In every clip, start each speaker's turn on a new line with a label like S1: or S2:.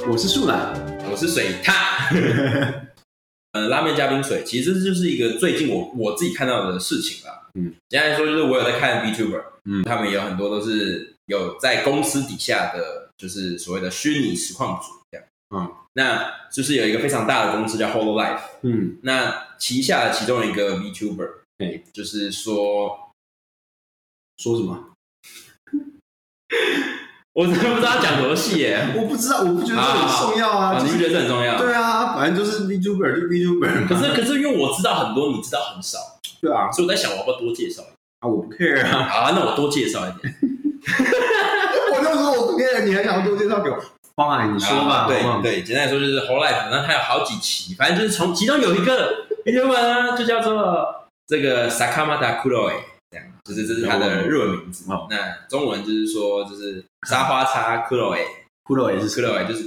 S1: 我是树懒，
S2: 我是水獭。拉面加冰水，其实这就是一个最近我自己看到的事情啦。简单来说，就是我有在看 VTuber，他们有很多都是有在公司底下的，就是所谓的虚拟实况组这样。那就是有一个非常大的公司叫 Hololive，那旗下的其中一个 VTuber，就是说
S1: 什么？
S2: 我真的不知道讲多细耶，
S1: 我不知道，我不觉得这很重要啊。
S2: 你不觉得这很重要？
S1: 对啊，反正就是 VTuber 就 VTuber。
S2: 可是因为我知道很多，你知道很少。
S1: 对啊，
S2: 所以我在想，我要不要多介绍一点？
S1: 我不 care 啊。
S2: 好，那我多介绍一点。
S1: 我就说我不 care，你还想要多介绍给我？Fine，你说吧。
S2: 对，简单来说就是 Hololive， 那它有好几期，反正就是从其中有一个 VTuber 呢，就叫做这个 Sakamada Kuroe， 这样，就是这是他的日文名字。那中文就是说，就是沙花叉 Kuroe 是 Kuroe， 就是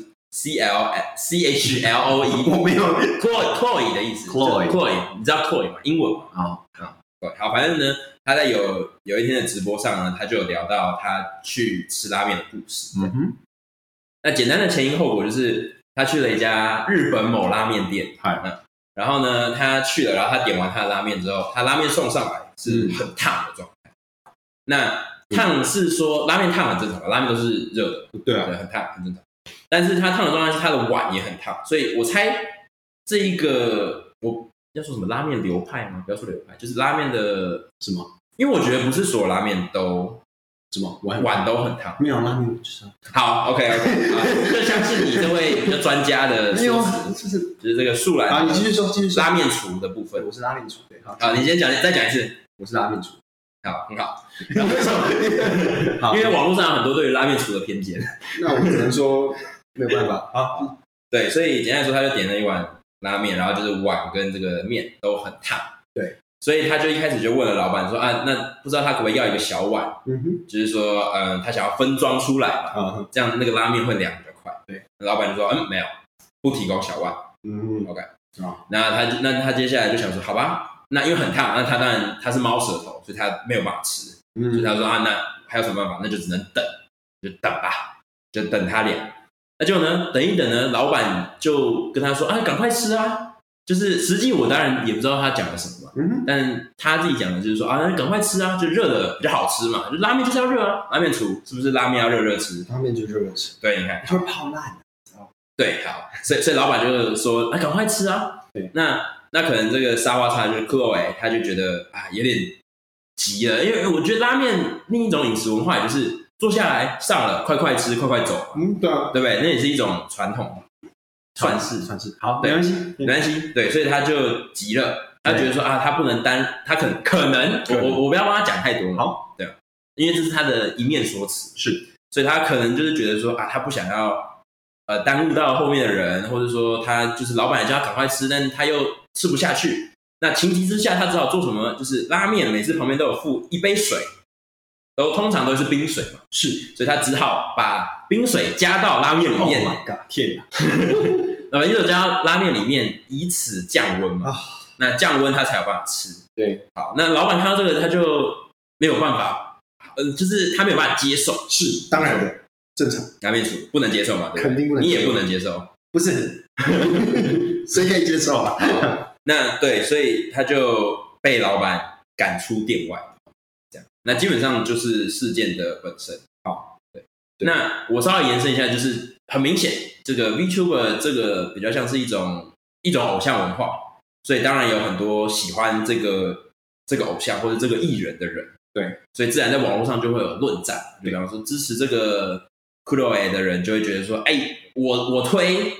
S2: CHLOE，
S1: 我没有
S2: Chloe 的意思。Chloe， 你知道 Chloe 吗？英文嘛。好，反正呢，他在有一天的直播上呢，他就有聊到他去吃拉面的故事。那简单的前因后果就是他去了一家日本某拉面店，然后呢，他去了，然后他点完他的拉面之后，他拉面送上来是很烫的状态。那烫是说拉面烫很正常，拉面都是热的，对，很烫很正常。但是他烫的状态是他的碗也很烫，所以我猜这一个我要说什么拉面流派吗？不要说流派，就是拉面的
S1: 什么？
S2: 因为我觉得不是所有拉面都
S1: 什么
S2: 碗都很烫，
S1: 没有拉面就是
S2: 好 ，OK， 就像是你这位比较专家的说辞，就是这个树懒。
S1: 好，你继续说。
S2: 拉面厨的部分，
S1: 我是拉面厨，对。
S2: 好，你先讲，再讲一次。
S1: 我是拉面厨。
S2: 好，很好。因为网络上有很多对于拉面厨的偏见。
S1: 那我只能说没有办法。
S2: 好，对，所以简单来说，他就点了一碗拉面，然后就是碗跟这个面都很烫。
S1: 对。所
S2: 以他就一开始就问了老板说那不知道他可不可以要一个小碗，就是说他想要分装出来嘛，这样那个拉面会凉比较快。对，老板就说没有，不提供小碗。OK，那他接下来就想说好吧，那因为很烫，那他当然他是猫舌头，所以他没有办法吃，所以他说那还有什么办法？那就只能等，就等吧，就等他凉。那结果呢，等一等呢，老板就跟他说赶快吃啊。就是实际我当然也不知道他讲了什么嘛，但他自己讲的就是说那赶快吃啊，就热的比较好吃嘛，就拉面就是要热啊，拉面厨是不是拉面要热吃？
S1: 拉面就热吃，
S2: 对，你看
S1: 它会泡烂。
S2: 对，好，所以老板就说赶快吃啊。对，那可能这个沙瓦茶就是 Chloe， 他就觉得有点急了，因为我觉得拉面另一种饮食文化也就是坐下来上了，快快吃，快快走。
S1: 对啊，
S2: 对不对？那也是一种传统。算是
S1: 好，没关
S2: 系。对，所以他就急了，他觉得说他不能他可能我不要帮他讲太多了。好，对，因为这是他的一面说辞，是，所以他可能就是觉得说他不想要耽误到后面的人，或者说他就是老板叫他赶快吃，但他又吃不下去。那情急之下，他只好做什么？就是拉面每次旁边都有附一杯水，通常都是冰水嘛，是，所以他只好把冰水加到拉面里面。
S1: Oh my god！ 天哪！
S2: 因为加到拉面里面，以此降温嘛。那降温他才有办法吃。对，好，那老板看到这个，他就没有办法，就是他没有办法接受。
S1: 是当然的，正常。
S2: 拉面厨不能接受嘛？对，
S1: 肯定不能，
S2: 你也不能接受。
S1: 不是，谁可以接受啊？
S2: 那对，所以他就被老板赶出店外。这样，那基本上就是事件的本身。好，对。那我稍微延伸一下，就是很明显，这个 VTuber 这个比较像是一种偶像文化，所以当然有很多喜欢这个偶像或者这个艺人的人。对，所以自然在网络上就会有论战。比方说支持这个 Kuroe 的人就会觉得说，我推，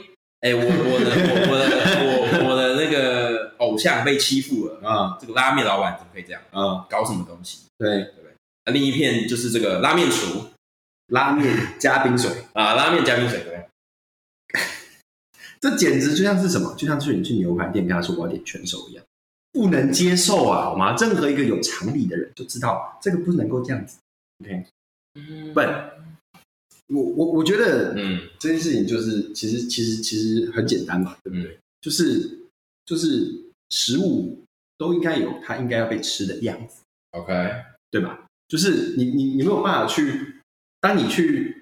S2: 我的那个偶像被欺负了这个拉面老板怎么可以这样搞什么东西？对不对？另一片就是这个拉面厨，
S1: 拉面加冰水
S2: 拉面加冰水，对。
S1: 这简直就像是什么？就像是你去牛排店跟他说我要点全熟一样，不能接受啊，好吗？任何一个有常理的人就知道这个不能够这样子。OK， 我觉得，这件事情就是其实很简单嘛，对不对？就是食物都应该有它应该要被吃的样子
S2: ，OK，
S1: 对吧？就是你没有办法去，当你去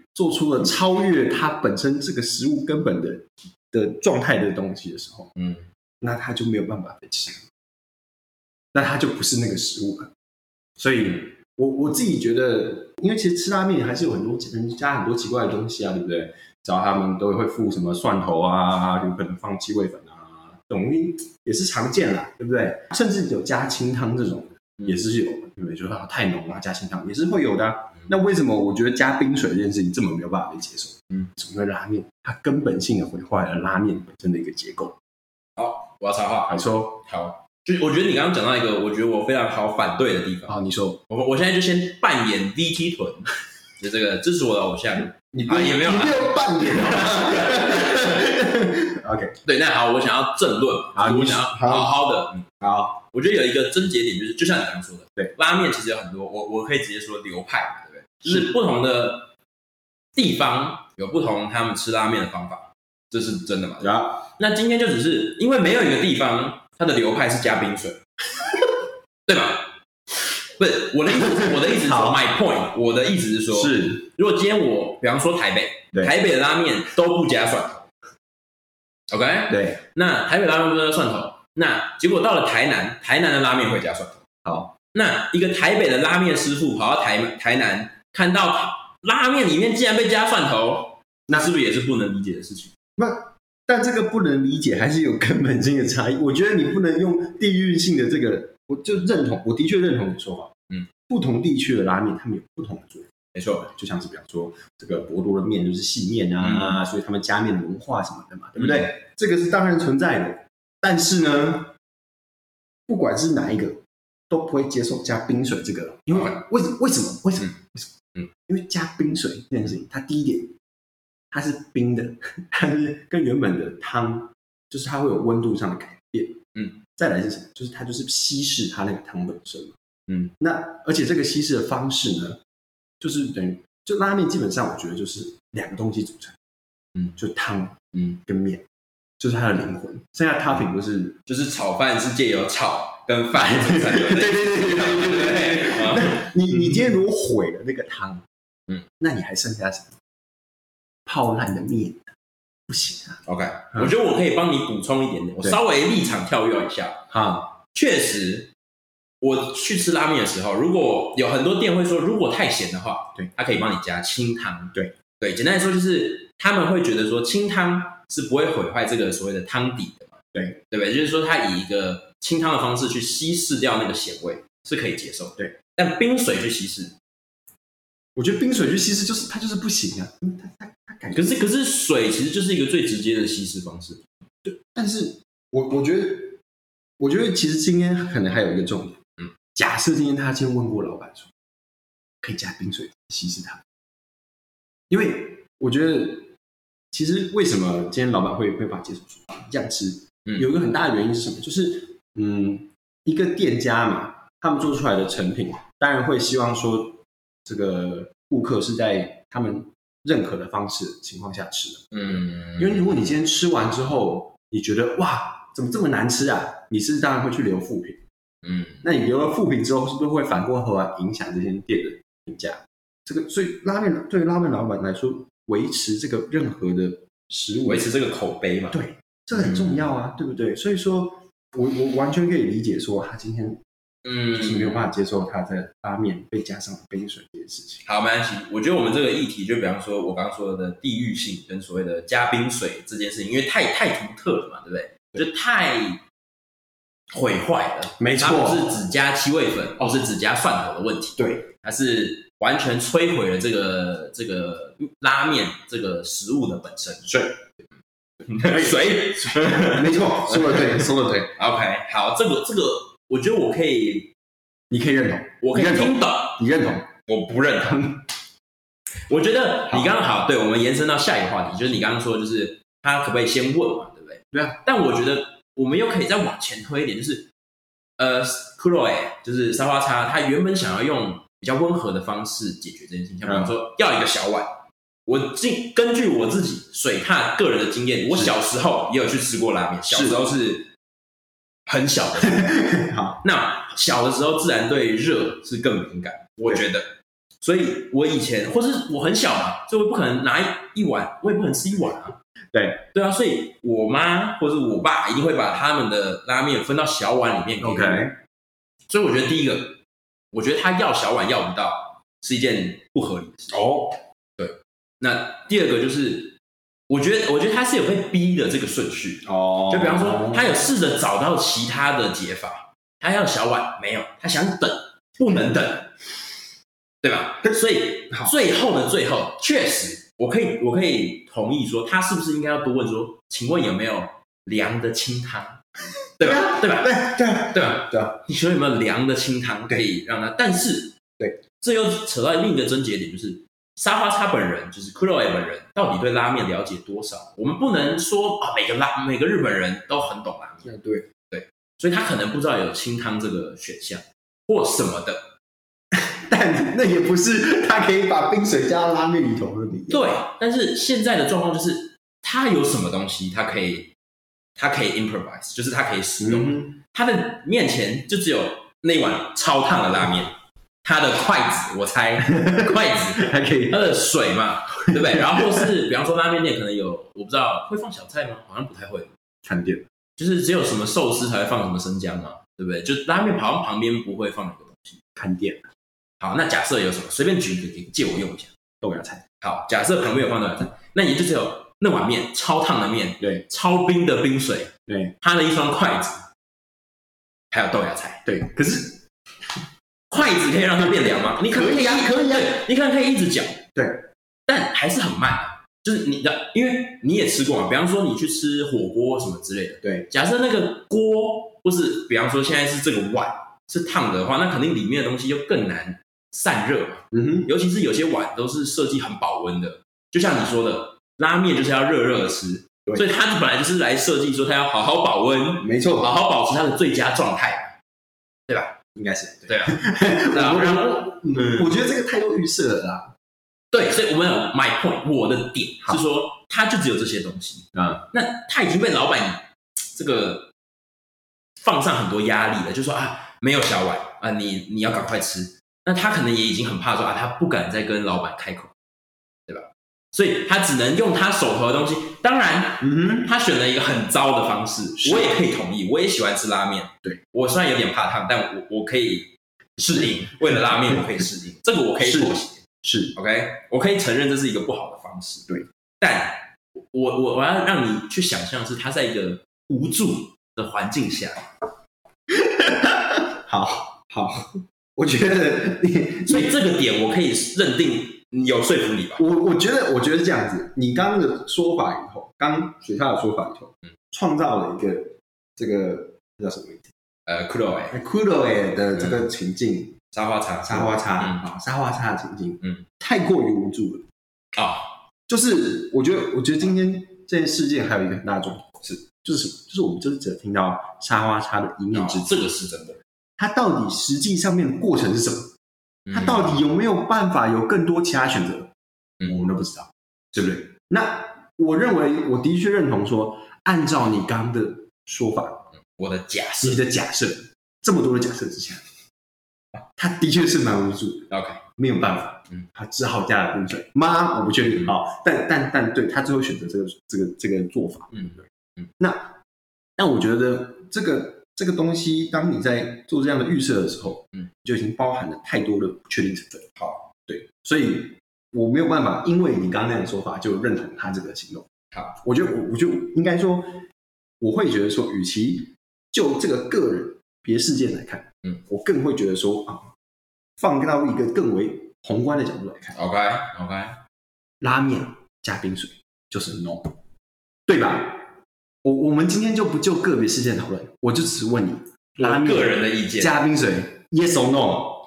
S1: 做出了超越它本身这个食物根本的状态的东西的时候，那它就没有办法被吃，那它就不是那个食物了。所以我自己觉得，因为其实吃拉面还是有很多人加很多奇怪的东西啊，对不对？只要他们都会附什么蒜头啊，有可能放七味粉啊，这种东西也是常见啦，对不对？甚至有加清汤这种也是有，对不对？就是太浓了，加清汤也是会有的啊。那为什么我觉得加冰水这件事情这么没有办法被接受？因为拉面它根本性的毁坏了拉面本身的一个结构。
S2: 好，我要插话，
S1: 你说。
S2: 好，就是我觉得你刚刚讲到一个，我觉得我非常好反对的地方。
S1: 好，你说。
S2: 我现在就先扮演 VT 臀，就这个支持我的偶像。
S1: 你也没有扮演。OK，
S2: 对，那好，我想要正论，我想要好好的，
S1: 好，
S2: 我觉得有一个症结点，就像你刚刚说的，
S1: 对，
S2: 拉面其实有很多，我可以直接说流派嘛，对不对？就是不同的地方有不同他们吃拉面的方法，这是真的嘛？那今天就只是因为没有一个地方它的流派是加冰水，对吧？不是我的意思是说 ，my point， 我的意思是说，如果今天我比方说台北的拉面都不加蒜头 ，OK，
S1: 对，
S2: 那台北拉面不加蒜头，那结果到了台南的拉面会加蒜头，
S1: 好，
S2: 那一个台北的拉面师傅跑到台南，看到拉面里面竟然被加蒜头，那是不是也是不能理解的事情？
S1: 但这个不能理解还是有根本性的差异。我觉得你不能用地域性的这个，我就认同，我的确认同你的说法。不同地区的拉面，他们有不同的做法。
S2: 没错，
S1: 就像是比方说，这个博多的面就是细面啊，所以他们加面的文化什么的嘛，对不对？这个是当然存在的。但是呢，不管是哪一个，都不会接受加冰水这个，因为为什么？因为加冰水这件事情，它第一点，它是冰的，它是跟原本的汤，就是它会有温度上的改变。再来是什么？就是它就是稀释它那个汤本身嘛。那而且这个稀释的方式呢，就是等于就拉面基本上我觉得就是两个东西组成，就汤，跟面，就是它的灵魂。剩下 topping
S2: 就是炒饭是借由炒跟饭组成的。对。
S1: 那你今天如果毁了那个汤，那你还剩下什么？泡烂的面，不行啊。
S2: OK， 我觉得我可以帮你补充一点点，我稍微立场跳跃一下。确实。我去吃拉面的时候，如果有很多店会说，如果太咸的话，他可以帮你加清汤。对，简单来说就是他们会觉得说清汤是不会毁坏这个所谓的汤底的嘛。对不对？就是说他以一个清汤的方式去稀释掉那个咸味是可以接受。对，但冰水去稀释，
S1: 我觉得冰水去稀释它就是不行啊。它感觉
S2: 可是水其实就是一个最直接的稀释方式。
S1: 对，但是我觉得其实今天可能还有一个重点。假设今天他先问过老板说，可以加冰水稀释它，因为我觉得其实为什么今天老板会把它接受这样吃，有一个很大的原因是什么？就是一个店家嘛，他们做出来的成品，当然会希望说这个顾客是在他们认可的方式的情况下吃的。因为如果你今天吃完之后，你觉得哇怎么这么难吃啊，你是当然会去留负评。那你留了负评之后，是不是会反过头来影响这间店的评价？这个，所以对于拉面老板来说，维持这个任何的食物，
S2: 维持这个口碑嘛，
S1: 对，这个很重要啊，对不对？所以说我完全可以理解说，他今天就是没有办法接受他在拉面被加上冰水这件事情。
S2: 好，没关系。我觉得我们这个议题，就比方说我刚刚说的地域性跟所谓的加冰水这件事情，因为太独特了嘛，对不对？就太毁坏了，
S1: 没错，
S2: 它不是只加七味粉，或是只加蒜头的问题，
S1: 对，
S2: 它是完全摧毁了这个拉面这个食物的本身。
S1: 水，
S2: 没错，
S1: 说的对。
S2: OK， 好，这个，我觉得我可以，
S1: 你可以认同，
S2: 我可以听懂，
S1: 你认同，
S2: 我不认同。我觉得你刚刚好，对，我们延伸到下一个话题，就是你刚刚说，就是他可不可以先问嘛，对不对？
S1: 对啊。
S2: 但我觉得我们又可以再往前推一点，就是Kuroe 就是沙发叉，他原本想要用比较温和的方式解决这件事情，像比方说要一个小碗。根据我自己水獭个人的经验，我小时候也有去吃过拉面，小时候是很小的。好，那小的时候自然对热是更敏感，我觉得。 所以我以前或是我很小嘛，所以我不可能拿一碗，我也不可能吃一碗啊。对啊，所以我妈或者我爸一定会把他们的拉面分到小碗里面给我。
S1: OK，
S2: 所以我觉得第一个，我觉得他要小碗要不到是一件不合理的事情。对。那第二个就是，我觉得他是有被逼的这个顺序。就比方说，他有试着找到其他的解法，他要小碗没有，他想等不能等，对吧？所以最后的最后，确实我可以同意说，他是不是应该要多问说，请问有没有凉的清汤？对吧？对啊，你说有没有凉的清汤可以让他？但是，对，这又扯到另一个症结点，就是沙花叉本人，就是 Kuroe 本人，到底对拉面了解多少？我们不能说每个日本人都很懂拉面，对，所以他可能不知道有清汤这个选项或什么的。
S1: 但那也不是他可以把冰水加到拉面里头的理由。
S2: 对，但是现在的状况就是，他有什么东西，他可以 improvise， 就是他可以使用。他的面前就只有那碗超烫的拉面，他的筷子，我猜筷子
S1: 还可以，
S2: 他的水嘛，对不对？然后或是比方说拉面店可能有，我不知道会放小菜吗？好像不太会。
S1: 看店
S2: 就是只有什么寿司才会放什么生姜嘛，对不对？就拉面好像旁边不会放那个东西。
S1: 看店。
S2: 好，那假设有什么，随便举一个，借我用一下。
S1: 豆芽菜。
S2: 好，假设旁边有放豆芽菜，那也就只有那碗面超烫的面，
S1: 对，
S2: 超冰的冰水，
S1: 对，
S2: 他的一双筷子，还有豆芽菜，
S1: 对。可是
S2: 筷子可以让它变凉吗？你可以啊，对，你可能可以一直搅，
S1: 对，
S2: 但还是很慢啊。就是你的，因为你也吃过嘛，比方说你去吃火锅什么之类的，
S1: 对。
S2: 假设那个锅不是，比方说现在是这个碗是烫的话，那肯定里面的东西就更难散热嘛。尤其是有些碗都是设计很保温的，就像你说的，拉面就是要热热的吃，所以它本来就是来设计说它要好好保温，
S1: 没错，
S2: 好好保持它的最佳状态，对吧？
S1: 应该是
S2: 对啊。
S1: 然后我觉得这个太多预设了啦。
S2: 对，所以我们有 my point， 我的点是说，它就只有这些东西那他已经被老板这个放上很多压力了，就说没有小碗啊，你要赶快吃。那他可能也已经很怕说他不敢再跟老板开口，对吧？所以他只能用他手头的东西。当然，他选了一个很糟的方式，我也可以同意，我也喜欢吃拉面。对，我虽然有点怕烫，但我可以适应。为了拉面，我可以适应，这个我可以妥协。是 OK， 我可以承认这是一个不好的方式。对，但我要让你去想象是他在一个无助的环境下。
S1: 好，我觉得
S2: 所以这个点我可以认定有说服你吧。
S1: 我觉得这样子，你刚刚的说法里头，刚雪夏的说法里头，创造了一个这个叫什么名字？Kuroe 的这个情境。沙花叉的情境，太过于无助了就是我觉得今天这件事件还有一个很大的重点就是什么？就是我们就是只听到沙花叉的一面之词，
S2: 这个是真的。
S1: 它到底实际上面的过程是什么？它到底有没有办法有更多其他选择？我们都不知道，对不对？那我认为我的确认同说，按照你刚刚的说法，
S2: 你
S1: 的假设，这么多的假设之下。他的确是蛮无助的
S2: ，OK， 没
S1: 有办法，他只好加了冰水吗？我不确定但对他最后选择这个做法，那我觉得这个东西，当你在做这样的预设的时候，就已经包含了太多的不确定成分。好，对，所以我没有办法，因为你刚刚那样的说法就认同他这个行动。好，我觉得应该说，我会觉得说，与其就这个个人别事件来看。我更会觉得说放到一个更为宏观的角度来看
S2: ，OK，
S1: 拉面加冰水就是 no， 对吧？我们今天就不就个别事件讨论，我就只是问你，拉面
S2: 个人的意见
S1: 加冰水 ，yes or no，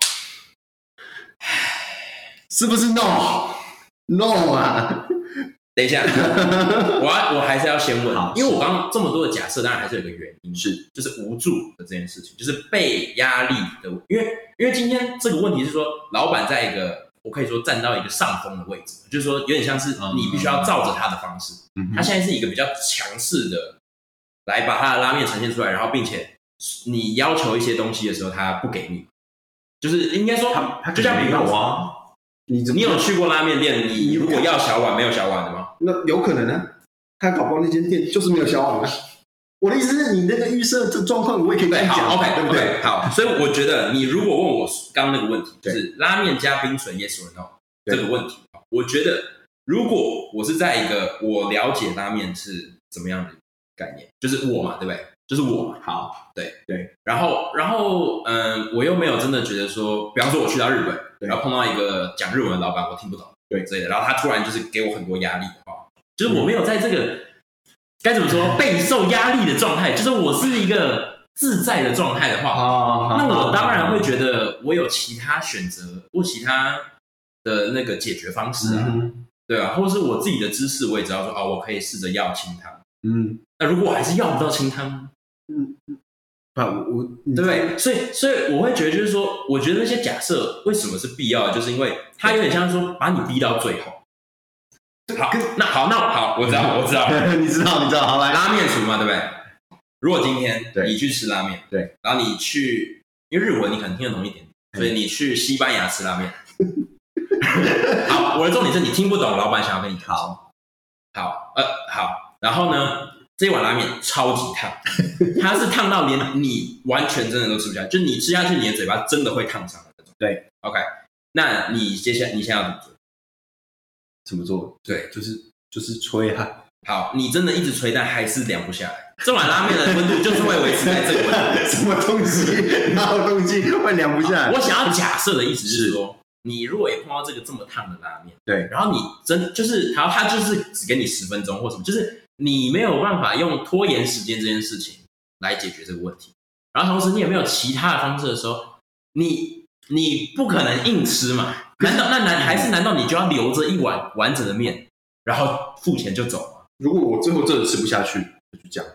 S1: 是不是 no 啊？
S2: 等一下，我还是要先问，因为我刚刚这么多的假设，当然还是有一个原因，就是无助的这件事情，就是被压力的，因为今天这个问题是说，老板在一个我可以说站到一个上风的位置，就是说有点像是你必须要照着他的方式，他现在是一个比较强势的来把他的拉面呈现出来，然后并且你要求一些东西的时候，他不给你，就是应该说
S1: 他就像没有
S2: 你有去过拉面店？你如果要小碗，没有小碗的吗？
S1: 那有可能啊，他搞不好那间店就是没有小碗啊。我的意思是你那个预设这状况，我也可以跟你讲，
S2: 好 ，OK，
S1: 对不对？
S2: 好，所以我觉得你如果问我刚刚那个问题，就是拉面加冰水 yes or no 这个问题，我觉得如果我是在一个我了解拉面是怎么样的概念，就是我嘛，对不对？就是我嘛。
S1: 好，
S2: 对。然后，我又没有真的觉得说，比方说我去到日本，然后碰到一个讲日文的老板，我听不懂，对之类的，然后他突然就是给我很多压力的话，就是我没有在这个该怎么说备受压力的状态，就是我是一个自在的状态的话，那我当然会觉得我有其他选择或其他的那个解决方式啊，对啊，或者是我自己的知识，我也知道说我可以试着要清汤，那如果我还是要不到清汤，对不对？所以我会觉得就是说，我觉得那些假设为什么是必要的，就是因为它有点像说把你逼到最后。好，我知道，
S1: 你知道，好来，
S2: 拉面厨嘛，对不对？如果今天你去吃拉面，
S1: 对，
S2: 然后你去，因为日文你可能听得懂一点，所以你去西班牙吃拉面。好，我的重点是你听不懂老板想要跟你
S1: 好，
S2: 然后呢，这一碗拉面超级烫，它是烫到连你完全真的都吃不下，就你吃下去，你的嘴巴真的会烫伤的那种。
S1: 对
S2: ，OK， 那你现在要怎么做？
S1: 怎么做？
S2: 对，
S1: 就是吹啊。
S2: 好，你真的一直吹，但还是凉不下来。这碗拉面的温度就是会维持在这个温度。
S1: 什么东西？哪有东西会凉不下来？
S2: 我想要假设的意思是说，你如果也碰到这个这么烫的拉面，
S1: 对，
S2: 然后你他就是只给你10分钟或什么，就是你没有办法用拖延时间这件事情来解决这个问题。然后同时你也没有其他的方式的时候，你不可能硬吃嘛？难道你就要留着一碗完整的面，然后付钱就走吗？
S1: 如果我最后真的吃不下去，就这样。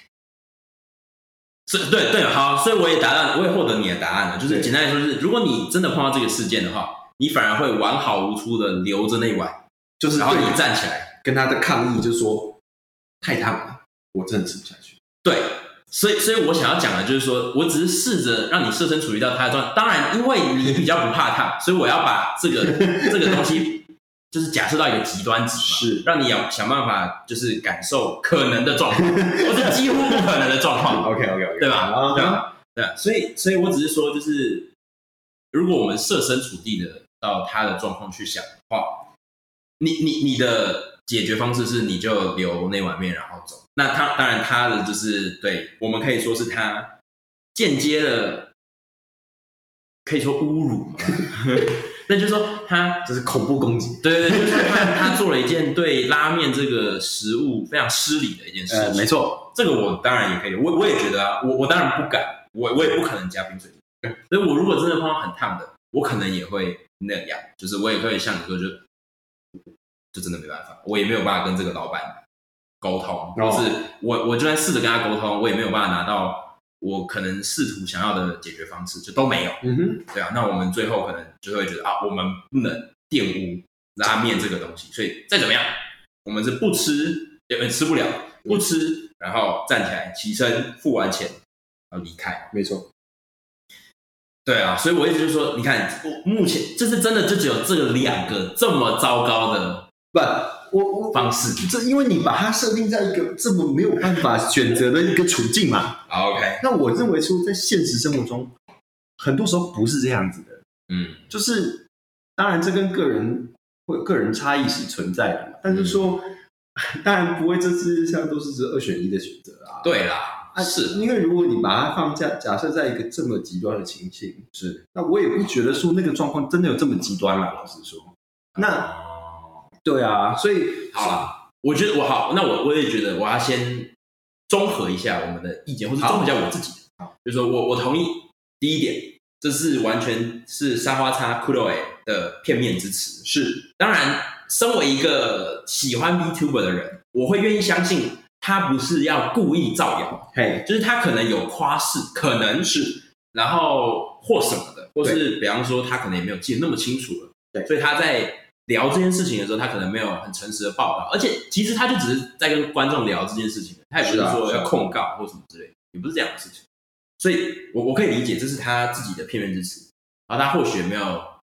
S2: 对，好，所以我也获得你的答案了。就是简单来说，就是如果你真的碰到这个事件的话，你反而会完好无缺的留着那一碗，
S1: 就是
S2: 然后你站起来
S1: 跟他的抗议，就是说太烫了，我真的吃不下去。
S2: 对。所以我想要讲的就是说，我只是试着让你设身处地到他的状态。当然，因为你比较不怕烫，所以我要把这个东西就是假设到一个极端值嘛，
S1: 是
S2: 让你要想办法就是感受可能的状况，或是几乎不可能的状况。
S1: OK，
S2: 对吧？对啊，所以我只是说，就是如果我们设身处地的到他的状况去想的话，你的解决方式是你就留那碗面然后走。那当然他的就是对我们可以说是他间接的可以说侮辱嘛，那就是说他
S1: 这是恐怖攻击。
S2: 对，就是说他做了一件对拉面这个食物非常失礼的一件事情。
S1: 没错，
S2: 这个我当然也可以，我也觉得啊，我当然不敢，我也不可能加冰水。所以我如果真的碰到很烫的，我可能也会那样，就是我也会像你说，就真的没办法，我也没有办法跟这个老板沟通，就是我就算试着跟他沟通，我也没有办法拿到我可能试图想要的解决方式，就都没有。对啊，那我们最后可能就会觉得我们不能玷污拉面这个东西，所以再怎么样，我们是不吃，也吃不了，不吃，然后站起来起身付完钱，然后离开。
S1: 没错。
S2: 对啊，所以我一直就说，你看，目前就是真的就只有这2个这么糟糕的方式，
S1: 这因为你把它设定在一个这么没有办法选择的一个处境嘛。
S2: OK，
S1: 那我认为说，在现实生活中，很多时候不是这样子的。就是当然这跟个人差异是存在的嘛，但是说，当然不会这世界上都是2选1的选择啊。
S2: 对啦。是
S1: 因为如果你把它假设在一个这么极端的情形，是那我也不觉得说那个状况真的有这么极端啦。老实说，那对啊，所以
S2: 好啦，我觉得那我也觉得我要先综合一下我们的意见，或者综合一下我自己的。就是说我同意第一点，这是完全是沙花叉 Kuroe 的片面之词。是，当然，身为一个喜欢 VTuber 的人，我会愿意相信。他不是要故意造谣，就是他可能有夸饰，可能是，然后或什么的，或是比方说他可能也没有记得那么清楚了，对，所以他在聊这件事情的时候，他可能没有很诚实的报道，而且其实他就只是在跟观众聊这件事情，他也不是说要控告或什么之类，也不是这样的事情，所以我可以理解这是他自己的片面之词，然后他或许没有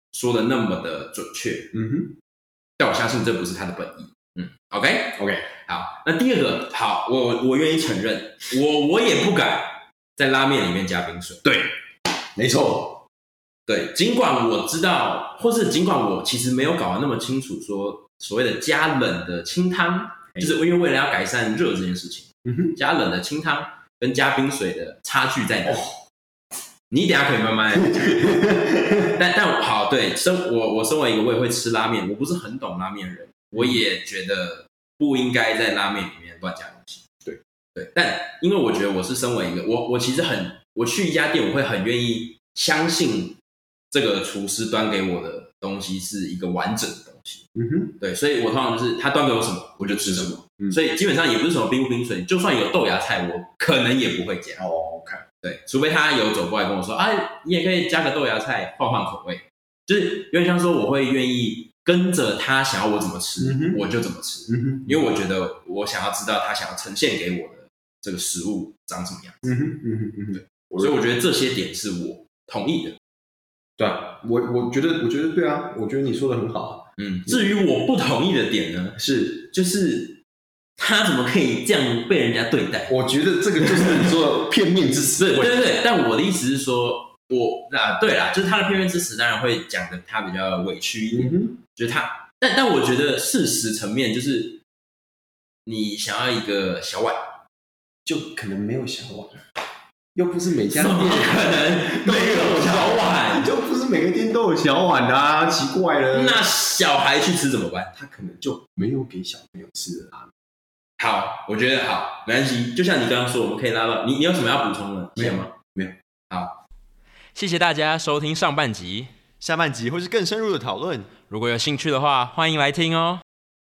S2: 说的那么的准确。但我相信这不是他的本意。OK， 好，那第二个，好，我愿意承认，我也不敢在拉面里面加冰水。
S1: 对，没错。
S2: 对，尽管我知道，或是尽管我其实没有搞得那么清楚，说所谓的加冷的清汤，就是因为为了要改善热这件事情，加冷的清汤跟加冰水的差距在哪？你等一下可以慢慢讲。但好，对，我身为一个我也会吃拉面，我不是很懂拉面的人，我也觉得不应该在拉面里面乱加东西。对，但因为我觉得我是身为一个我其实我去一家店，我会很愿意相信这个厨师端给我的东西是一个完整的东西。对，所以我通常就是他端给我什么我就吃什么。所以基本上也不是什么冰不冰水，就算有豆芽菜，我可能也不会加。
S1: OK。
S2: 对，除非他有走过来跟我说，你也可以加个豆芽菜换换口味，就是有点像说我会愿意跟着他想要我怎么吃，我就怎么吃，因为我觉得我想要知道他想要呈现给我的这个食物长什么样子。对，所以我觉得这些点是我同意的。
S1: 对啊，我觉得对啊，我觉得你说的很好。
S2: 至于我不同意的点呢，就是他怎么可以这样被人家对待？我觉得这个就是你说的片面之词。 对，但我的意思是说，对啦，就是他的片面之词，当然会讲的他比较委屈一点，就是他，但我觉得事实层面就是，你想要一个小碗，
S1: 就可能没有小碗，又不是每家店
S2: 可能没有小碗，
S1: 就不是每个店都有小碗的啊，奇怪了。
S2: 那小孩去吃怎么办？
S1: 他可能就没有给小朋友吃的啊。
S2: 好，我觉得好，没关系。就像你刚刚说，我们可以拉到你有什么要补充的？
S1: 没有吗？没有。
S2: 好，谢谢大家收听上半集，
S3: 下半集会是更深入的讨论。
S2: 如果有兴趣的话，欢迎来听哦。